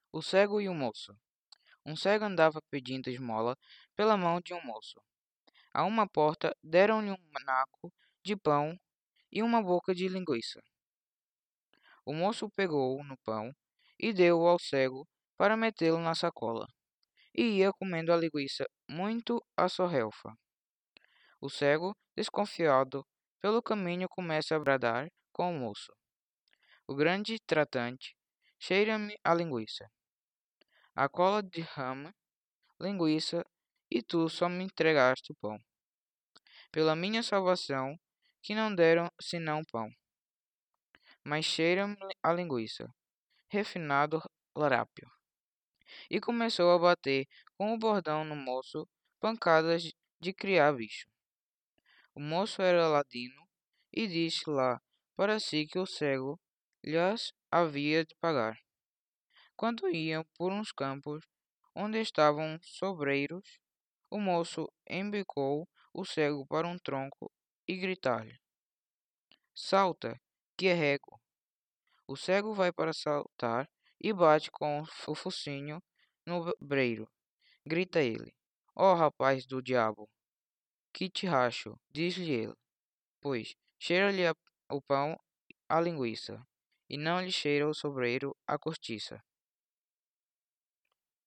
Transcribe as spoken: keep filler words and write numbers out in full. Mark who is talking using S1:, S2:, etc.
S1: O cego e o moço. Um cego andava pedindo esmola pela mão de um moço. A uma porta deram-lhe um naco de pão e uma boca de linguiça. O moço pegou no pão e deu-o ao cego para metê-lo na sacola, e ia comendo a linguiça muito à sorrelfa. O cego, desconfiado, pelo caminho começa a bradar com o moço. O grande tratante, cheira-me a linguiça. A cola derrama linguiça e tu só me entregaste o pão. Pela minha salvação, que não deram senão pão. Mas cheira-me a linguiça, refinado larápio. E começou a bater com o bordão no moço, pancadas de criar bicho. O moço era ladino e disse lá para si que o cego lhas havia de pagar. Quando iam por uns campos onde estavam sobreiros, o moço embicou o cego para um tronco e gritar-lhe: Salta, que é rego. O cego vai para saltar e bate com o focinho no breiro. Grita ele: Ó rapaz do diabo, que te racho, diz-lhe ele, pois cheira-lhe a- o pão a linguiça, e não lhe cheira o sobreiro a cortiça.